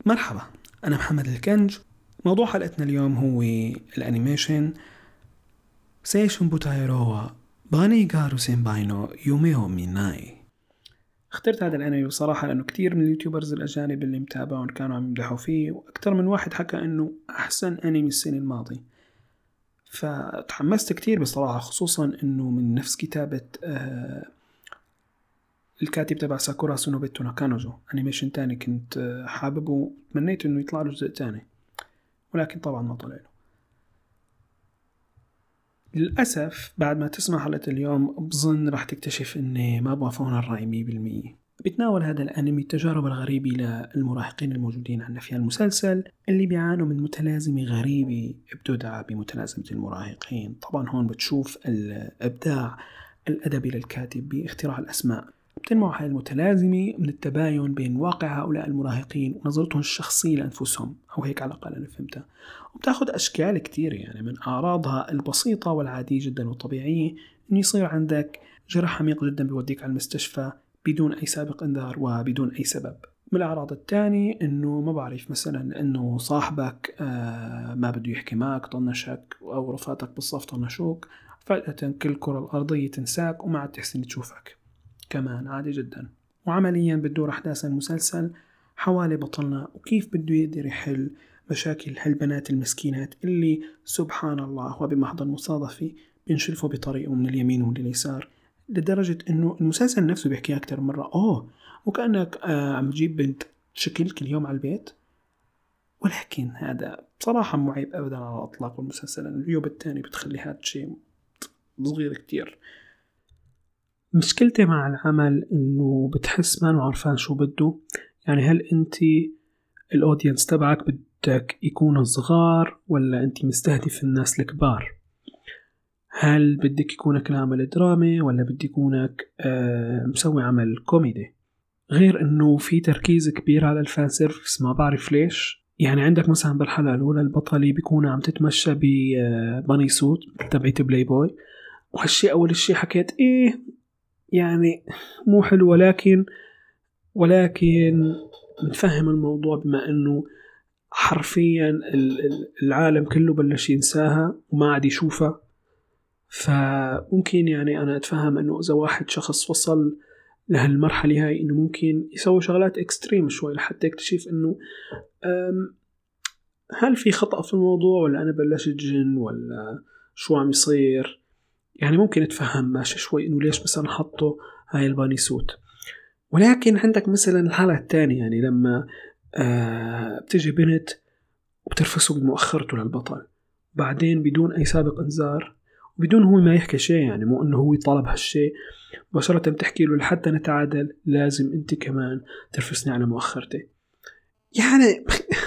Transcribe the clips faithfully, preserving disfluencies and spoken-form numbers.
مرحبا، أنا محمد الكنج. موضوع حلقتنا اليوم هو الأنيميشن سيشن بوتايروا باني غارو سينباي نو يومي هو ميناي. اخترت هذا الأنمي بصراحة لأنه كتير من اليوتيوبرز الأجانب اللي متابعون كانوا عم يمدحوا فيه، وأكتر من واحد حكى أنه أحسن أنمي السنة الماضي. فتحمست كتير بصراحة، خصوصا أنه من نفس كتابة آه الكاتب تبع ساكورا سونوبيتو ناكانوجو، أنيميشن تاني كنت حاببه وتمنيت أنه يطلع له جزء تاني، ولكن طبعا ما طلع له للأسف. بعد ما تسمع حلقة اليوم بظن راح تكتشف أني ما بوافقون الرأي مية بالمية. بيتناول هذا الأنمي التجارب الغريبة للمراهقين الموجودين عنا في المسلسل، اللي بيعانوا من متلازمة غريبة ابتدع بمتلازمة المراهقين. طبعا هون بتشوف الإبداع الأدبي للكاتب باختراع الأسماء. بتنمو هاي المتلازمة من التباين بين واقع هؤلاء المراهقين ونظرتهم الشخصية لأنفسهم، أو هيك على الأقل أنا فهمتها. وبتاخد أشكال كتير، يعني من أعراضها البسيطة والعادية جدا والطبيعية إنه يصير عندك جرح عميق جدا بيوديك على المستشفى بدون أي سابق إنذار وبدون أي سبب. من الأعراض الثانية إنه ما بعرف مثلا إنه صاحبك آه ما بده يحكي معك، طنشك، أو رفاتك بالصف طنشوك، فجأة كل الكرة الأرضية تنساك وما عاد تحسن تشوفك، كمان عادي جدا. وعمليا بتدور أحداث المسلسل حوالي بطلنا وكيف بده يقدر يحل مشاكل هالبنات المسكينات اللي سبحان الله وبمحض المصادفة بينشلفوا بطريقه من اليمين ومن اليسار، لدرجة إنه المسلسل نفسه بيحكيها أكتر مرة. أوه وكأنك آه عم تجيب بنت تشكل كل يوم على البيت. ولكن هذا بصراحة مو عيب أبدا على الأطلاق المسلسل، لأن اليوم التاني بتخلي هذا الشيء صغير كتير. مشكلتي مع العمل إنه بتحس ما عارفان شو بده. يعني هل أنتي الأودينس تبعك بدك يكونوا صغار ولا أنتي مستهدف الناس الكبار؟ هل بدك يكونك العمل درامي ولا بدك يكونك آه مسوي عمل كوميدي؟ غير إنه في تركيز كبير على الفان سيرفيس، ما بعرف ليش. يعني عندك مثلا بالحلقة الأولى البطلة بيكون عم تتمشى بباني سوت تبعت بلاي بوي، وهالشي أول الشي حكيت إيه يعني مو حلو، ولكن ولكن نتفهم الموضوع بما أنه حرفيا العالم كله بلش ينساها وما عاد يشوفها. فممكن يعني أنا أتفهم أنه إذا واحد شخص وصل لهالمرحلة هاي إنه ممكن يسوي شغلات إكستريم شوي لحتى يكتشف إنه هل في خطأ في الموضوع ولا أنا بلشت جن ولا شو عم يصير. يعني ممكن أتفهم ماشي شوي إنه ليش مثلا حطوا هاي الباني سوت. ولكن عندك مثلا الحالة الثانية، يعني لما آه بتجي بنت وبترفسه بمؤخرته للبطل بعدين بدون أي سابق إنذار وبدون هو ما يحكي شيء، يعني مو إنه هو طلب هالشيء مباشرة بتحكي له لحتى نتعادل لازم أنت كمان ترفسني على مؤخرتي. يعني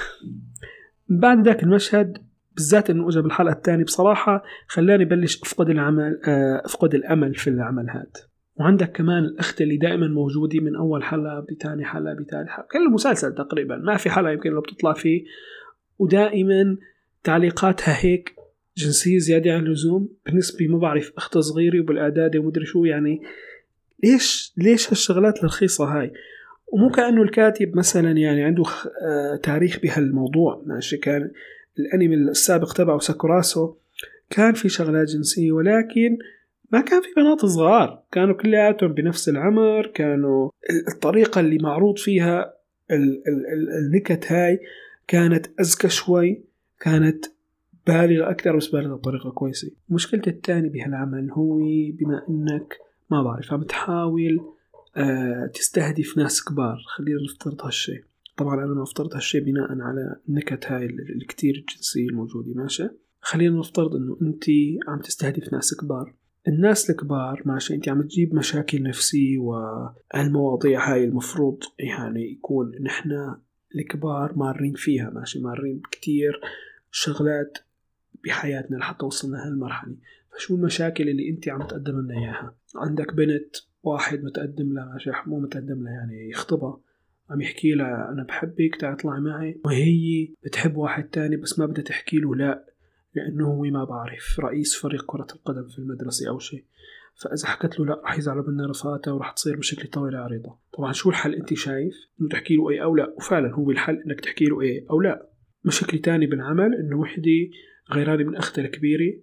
بعد ذاك المشهد بالذات إنه أجا بالحلقة الثانية بصراحة خلاني بلش أفقد العمل آه أفقد الأمل في العمل هذا. وعندك كمان الأخت اللي دائما موجودة من أول حلقة بتاني حلقة بتالي حلقة، كل المسلسل تقريبا ما في حلقة يمكن لو بتطلع فيه، ودائما تعليقاتها هيك جنسية زيادة عن اللزوم بالنسبة ما بعرف أخت صغيرة وبالإعداد ومدري شو. يعني ليش ليش هالشغلات الرخيصة هاي؟ ومو كأنه الكاتب مثلا يعني عنده آه تاريخ بهالموضوع. ماشي كان الأنمي السابق تبعه ساكوراسو كان في شغلات جنسية، ولكن ما كان في بنات صغار، كانوا كلياتهم بنفس العمر. كانوا الطريقة اللي معروض فيها ال ال ال النكت هاي كانت أذكى شوي، كانت بالغة أكثر بس بالغة بطريقة كويسة. مشكلة الثاني بهالعمل هو بما أنك ما بعرف عم تحاول آه تستهدف ناس كبار، خلينا نفترض هالشي. طبعا أنا ما افترض هالشي بناء على النكت هاي الكتير الجنسية الموجودة، ماشي. خلينا نفترض أنه أنت عم تستهدف ناس كبار. الناس الكبار ماشي أنت عم تجيب مشاكل نفسية، والمواضيع هاي المفروض يعني يكون نحن الكبار مارين فيها، ماشي مارين بكتير شغلات بحياتنا لحتى وصلنا هالمرحلة. فشو المشاكل اللي أنت عم تقدم لنا إياها؟ عندك بنت واحد متقدم لها، ماشي مو متقدم لها يعني يخطبها، عم يحكي لها أنا بحبك تعال اطلعي معي، وهي بتحب واحد تاني بس ما بدها تحكي له لا لأنه هو ما بعرف رئيس فريق كرة القدم في المدرسة أو شيء. فإذا حكت له لا رح يزعلوا مننا رفقاته ورح تصير بشكل طويلة عريضة. طبعا شو الحل؟ أنت شايف إنه تحكي له إيه أو لا، وفعلا هو الحل إنك تحكي له إيه أو لا. مشكلة تاني بالعمل إنه وحدة غيرانة من أختها الكبيرة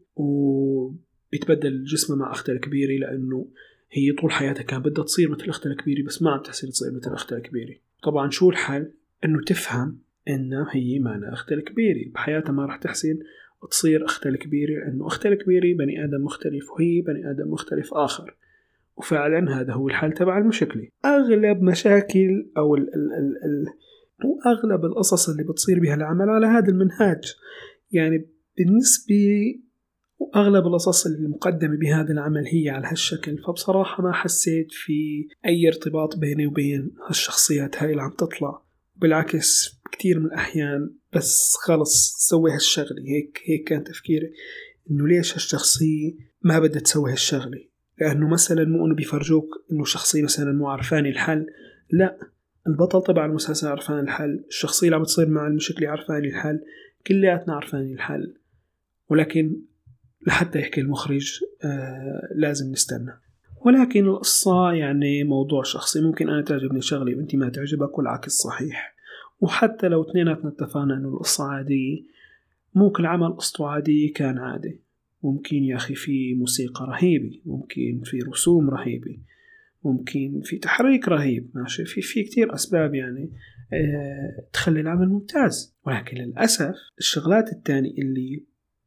وبيتبدل جسمها مع أختها الكبيرة، لأنه هي طول حياتها كان بدها تصير مثل أختها الكبيرة بس ما عم تحسن تصير مثل أختها الكبيرة. طبعا شو الحل؟ إنه تفهم إنه هي ما أختها الكبيرة، بحياتها ما رح تحسن وتصير أختها الكبيرة، لأنه أختها الكبيرة بني آدم مختلف وهي بني آدم مختلف آخر. وفعلا هذا هو الحل تبع المشكلة. أغلب مشاكل أو ال ال ال ال وأغلب القصص اللي بتصير بها العمل على هذا المنهاج. يعني بالنسبة وأغلب القصص المقدمة بهذا العمل هي على هالشكل، فبصراحة ما حسيت في أي ارتباط بيني وبين هالشخصيات هاي اللي عم تطلع. بالعكس كتير من الأحيان بس خلص سوي هالشغلة، هيك هيك كان تفكيري إنه ليش هالشخصية ما بدها تسوي هالشغلة. لأنه مثلا مو إنه بيفرجوك إنه شخصية مثلا مو عرفاني الحل، لا، البطل تبع المسلسل عرفان الحل، الشخصية اللي عم تصير مع المشكلة عرفاني الحل، كلياتنا عرفاني الحل. ولكن لحتى يحكي المخرج آه لازم نستنى. ولكن القصة يعني موضوع شخصي، ممكن أنا تعجبني شغلي وإنتي ما تعجبك والعكس صحيح. وحتى لو اثنيناتنا اتفقنا إنه القصة عادية، ممكن عمل قصته عادية كان عادي، ممكن يا أخي في موسيقى رهيبة، ممكن في رسوم رهيبة، ممكن في تحريك رهيب، ماشي، في في كتير أسباب يعني أه تخلي العمل ممتاز. ولكن للأسف الشغلات التانية اللي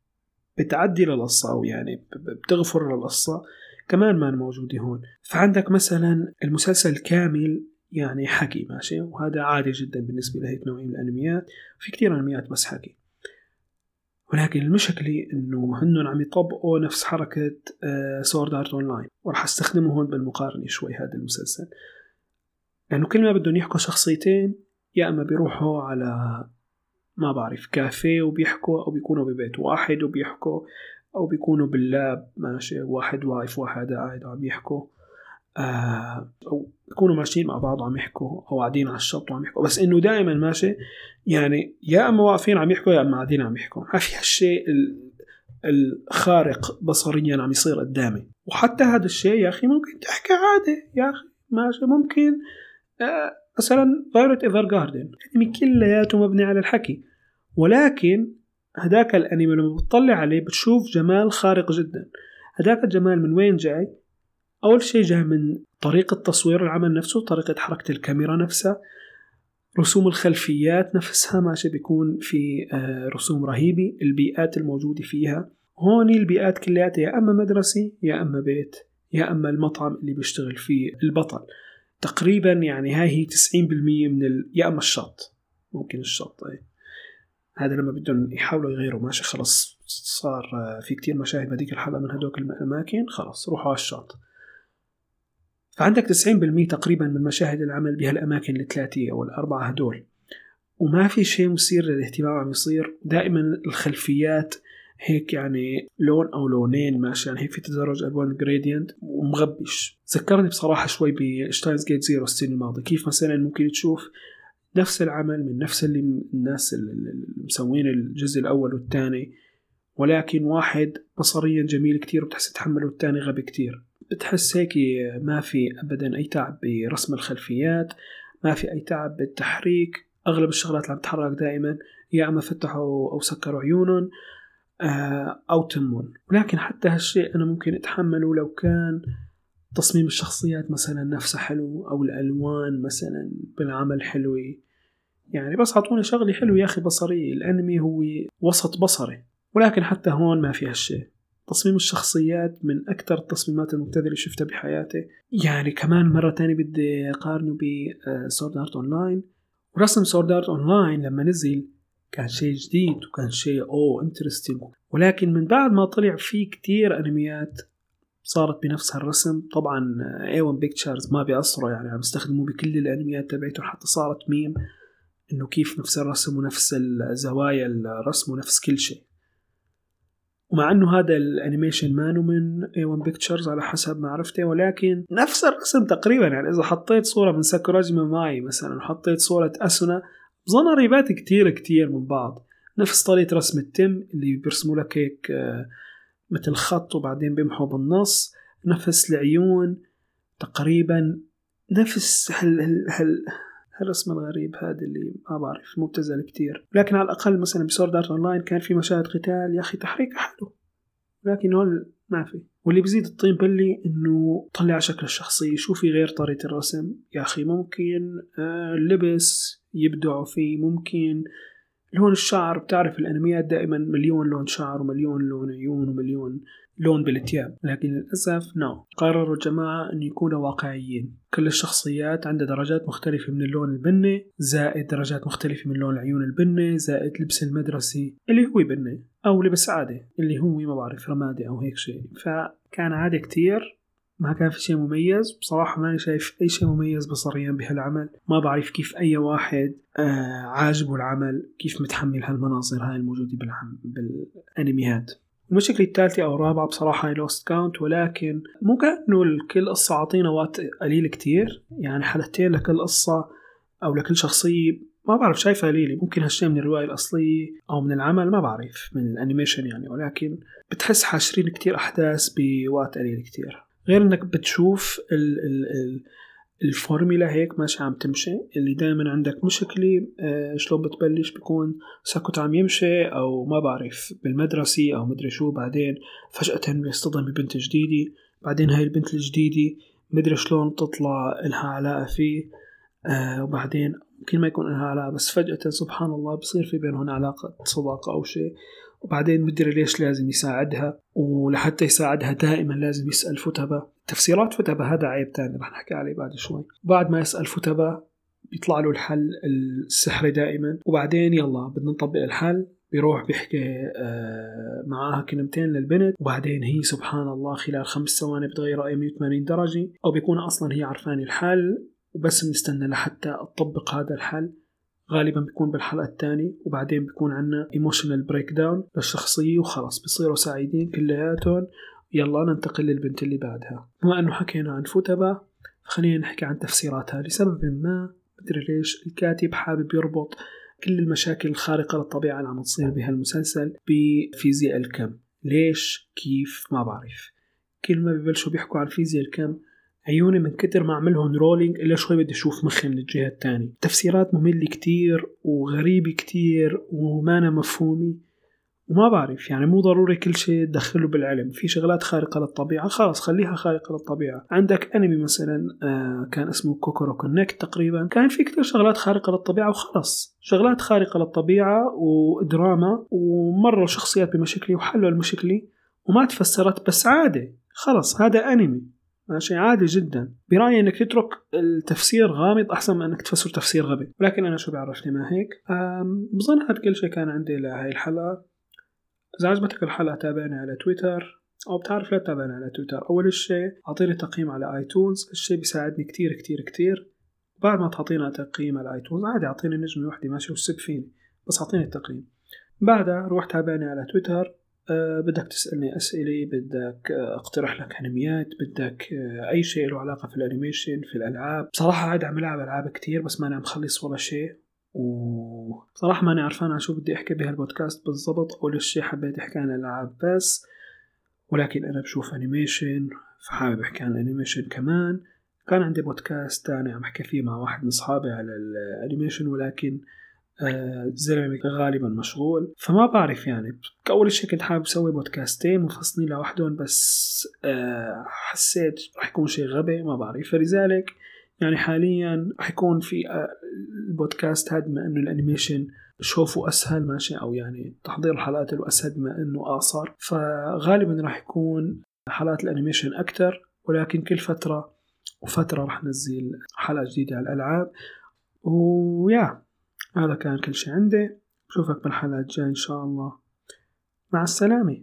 بتعدي للقصة أو يعني بتغفر للقصة كمان ما موجودة هون. فعندك مثلا المسلسل كامل يعني حكي، ماشي، وهذا عادي جدا بالنسبة لهيك نوعين من الأنميات، في كتير أنميات بس حكي. ولكن المشكلة إنه هنن عم يطبقوا نفس حركة سورد آرت أونلاين، ورح استخدمه هون بالمقارنة شوي هذا المسلسل، لأنه كل ما بدهم يحكوا شخصيتين يا أما بيروحوا على ما بعرف كافيه وبيحكوا، أو بيكونوا ببيت واحد وبيحكوا، أو بيكونوا باللاب، ماشي، واحد واقف واحد قاعد عم يحكوا، آه أو يكونوا ماشيين مع بعض وعم يحكوا، أو قاعدين على الشط وعم يحكوا، بس إنه دائما ماشي يعني يا أما واقفين عم يحكوا يا أما قاعدين عم يحكوا. ما في هالشيء الخارق بصريا عم يصير قدامي. وحتى هذا الشيء يا أخي ممكن تحكي عادي يا أخي، ماشي، ممكن آه مثلا فايولت إيفرغاردن الأنمي كلياته مبني على الحكي، ولكن هداك الأنمي لما بتطلع عليه بتشوف جمال خارق جدا. هداك الجمال من وين جاي؟ أول شيء جاء من طريقة تصوير العمل نفسه، طريقة حركة الكاميرا نفسها، رسوم الخلفيات نفسها، ماشي، بيكون في رسوم رهيبة، البيئات الموجودة فيها هون البيئات كلياتها يا أما مدرسة يا أما بيت يا أما المطعم اللي بيشتغل فيه البطل تقريبا. يعني هاي هي تسعين بالمية من ال... يا أما الشط، ممكن الشط أي. هذا لما بدهم يحاولوا يغيروا، ماشي، خلص صار في كتير مشاهد بديك الحلقة من هدوك الأماكن، خلص روحوا على الشط. فعندك تسعين بالمية تقريبا من مشاهد العمل بهالأماكن الثلاثية أو الأربعة هدول، وما في شيء مثير للاهتمام عم يصير. دائما الخلفيات هيك يعني لون أو لونين، ماشي، يعني هيك في تدرج ألوان جريدينت ومغبش. ذكرني بصراحة شوي بشتاينز جيت زيرو السنة الماضية، كيف مثلا ممكن تشوف نفس العمل من نفس اللي الناس اللي مسوين الجزء الأول والثاني، ولكن واحد بصريا جميل كتير وبتحس تحمله، والثاني غبي كتير. بتحس هيك ما في أبدا أي تعب برسم الخلفيات، ما في أي تعب بالتحريك. أغلب الشغلات اللي عم تحرك دائما يا أما فتحوا أو سكروا عيونهم أو تمون. ولكن حتى هالشيء أنا ممكن أتحمله لو كان تصميم الشخصيات مثلا نفسه حلو، أو الألوان مثلا بالعمل حلوة. يعني بس عطوني شغلي حلو يا أخي بصري، الأنمي هو وسط بصري. ولكن حتى هون ما في هالشيء. تصميم الشخصيات من أكثر التصميمات المبتذلة اللي شفتها بحياتي. يعني كمان مرة تانية بدي أقارنه بسورد آرت أونلاين. ورسم سورد آرت أونلاين لما نزل كان شيء جديد وكان شيء أوه انترستينج، ولكن من بعد ما طلع فيه كتير أنميات صارت بنفس هالرسم. طبعا إيه وان Pictures ما بيأثروا، يعني عم يستخدموه بكل الأنميات تبعته، حتى صارت ميم إنه كيف نفس الرسم ونفس الزوايا الرسم ونفس كل شيء. ومع أنه هذا الأنيميشن مانو من إيه وان Pictures على حسب ما عرفته، ولكن نفس الرسم تقريبا. يعني إذا حطيت صورة من ساكوراجيما ماي مثلا وحطيت صورة أسونا بظن قريبات كتير كتير من بعض. نفس طريقة رسم التم اللي بيرسموا لك هيك مثل خط وبعدين بيمحوا بالنص، نفس العيون تقريبا نفس هال هال هال هالرسم الغريب هذا اللي ما بعرف مبتذل كتير. لكن على الأقل مثلا بسورد آرت أونلاين كان في مشاهد قتال يا أخي تحريك حلو، لكن هون ما في. واللي بزيد الطين بلي إنه طلع شكل الشخصية، شو في غير طريقة الرسم يا أخي. ممكن آه اللبس يبدعوا فيه، ممكن لون الشعر. بتعرف الأنميات دائما مليون لون شعر ومليون لون عيون ومليون لون بالتياب، لكن للأسف نو قرروا الجماعة أن يكونوا واقعيين. كل الشخصيات عندها درجات مختلفة من اللون البني، زائد درجات مختلفة من لون العيون البني، زائد لبس المدرسي اللي هو بني أو لبس عادي اللي هو ما بعرف رمادي أو هيك شيء. فكان عادي كتير، ما كان في شيء مميز بصراحة. ماني شايف أي شيء مميز بصريا بهالعمل. ما بعرف كيف أي واحد آه عاجبه العمل كيف متحمل هالمناظر هاي الموجودة بالعمل بالأنميات. المشكلة الثالثة أو الرابعة بصراحة هي لوست كاونت، ولكن مو كأنه الكل قصة عطينا وقت قليل كتير، يعني حلقتين لكل قصة أو لكل شخصية ما بعرف شايفها قليلة. ممكن هالشيء من الرواية الأصلية أو من العمل ما بعرف من الأنيميشن يعني، ولكن بتحس حاشرين كتير أحداث بوقت قليل كتير. غير انك بتشوف ال ال ال الفورميلا هيك ماشي عم تمشي، اللي دائما عندك مشكلة آه شلون بتبلش بيكون ساكوت عم يمشي او ما بعرف بالمدرسة او مدري شو، بعدين فجأة بيصطدم ببنت جديدة، بعدين هاي البنت الجديدة مدري شلون تطلع لها علاقة فيه آه وبعدين ممكن ما يكون لها علاقة بس فجأة سبحان الله بصير في بينهم علاقة صداقة أو شيء، وبعدين مدري ليش لازم يساعدها، ولحتى يساعدها دائما لازم يسأل فتبة. تفسيرات فتبة هذا عيب تاني رح نحكي عليه بعد شوي. بعد ما يسأل فتبة بيطلع له الحل السحري دائما، وبعدين يلا بدنا نطبق الحل، بيروح بيحكي آه معاها كلمتين للبنت، وبعدين هي سبحان الله خلال خمس ثواني بتغير رأي مية وثمانين درجة، أو بيكون أصلا هي عرفان الحل وبس بنستنى لحتى أطبق هذا الحل. غالبا بيكون بالحلقة الثانية، وبعدين بيكون عنا emotional breakdown للشخصية وخلاص بيصيروا سعيدين كلياتهم. يلا ننتقل للبنت اللي بعدها. بما أنه حكينا عن فتبة خلينا نحكي عن تفسيراتها. لسبب ما مدري ليش الكاتب حابب يربط كل المشاكل الخارقة للطبيعة اللي عم تصير بهالمسلسل بفيزياء الكم. ليش كيف ما بعرف. كل ما ببلشوا بيحكوا عن فيزياء الكم عيوني من كتر ما عملهم رولينج إلا شوي بدي أشوف مخي من الجهة التانية. تفسيرات مملة كتير وغريبة كتير ومانا مفهومي وما بعرف. يعني مو ضروري كل شيء تدخله بالعلم. في شغلات خارقة للطبيعة خلاص خليها خارقة للطبيعة. عندك أنمي مثلا آه كان اسمه كوكورو كونكت تقريبا، كان في كتير شغلات خارقة للطبيعة وخلاص شغلات خارقة للطبيعة ودراما ومروا شخصيات بمشكلة وحلوا المشكلة وما تفسرت بس عادي خلاص هذا أنمي ماشي عادي جدا. برأيي انك تترك التفسير غامض احسن من انك تفسر تفسير غبي، ولكن انا شو بعرفني ما هيك. بظن هذا كل شيء كان عندي لهي الحلقة. اذا عجبتك الحلقة تابعني على تويتر، او بتعرف لا تتابعني على تويتر. اول شيء اعطيني تقييم على ايتونز، الشيء بيساعدني كتير كتير كتير. بعد ما تعطينا تقييم على ايتونز عادي اعطيني نجمة واحدة ماشي وسب فيني، بس اعطيني التقييم. بعدها روح تابعني على تويتر. أه بدك تسألني أسئلة، بدك أه اقترح لك أنميات، بدك أه أي شيء له علاقة في الأنيميشن في الألعاب. بصراحة عاد عم لعب ألعاب كتير بس ما أنا مخلص ولا شيء، وبصراحة ما أنا عارفان عن شو بدي أحكي بهالبودكاست بالضبط. أول شيء حبيت أحكي عن الألعاب بس، ولكن أنا بشوف أنيميشن فحابب أحكي عن الأنيميشن كمان. كان عندي بودكاست تاني عم أحكي فيه مع واحد من أصحابي على الأنيميشن، ولكن آه زلمة غالبا مشغول فما بعرف. يعني كأول شيء كنت حابب أسوي بودكاستين منفصلين لوحدهم بس آه حسيت رح يكون شيء غبي ما بعرف، فلذلك يعني حاليا رح يكون في آه البودكاست هذا بما أنه الأنيميشن بشوفه أسهل ماشي، أو يعني تحضير الحلقات له أسهل بما أنه أقصر، فغالبا رح يكون حلقات الأنيميشن أكتر. ولكن كل فترة وفترة رح نزل حلقة جديدة على الألعاب. ويا هذا كان كل شيء عندي. بشوفك بالحلقة الجاية إن شاء الله. مع السلامة.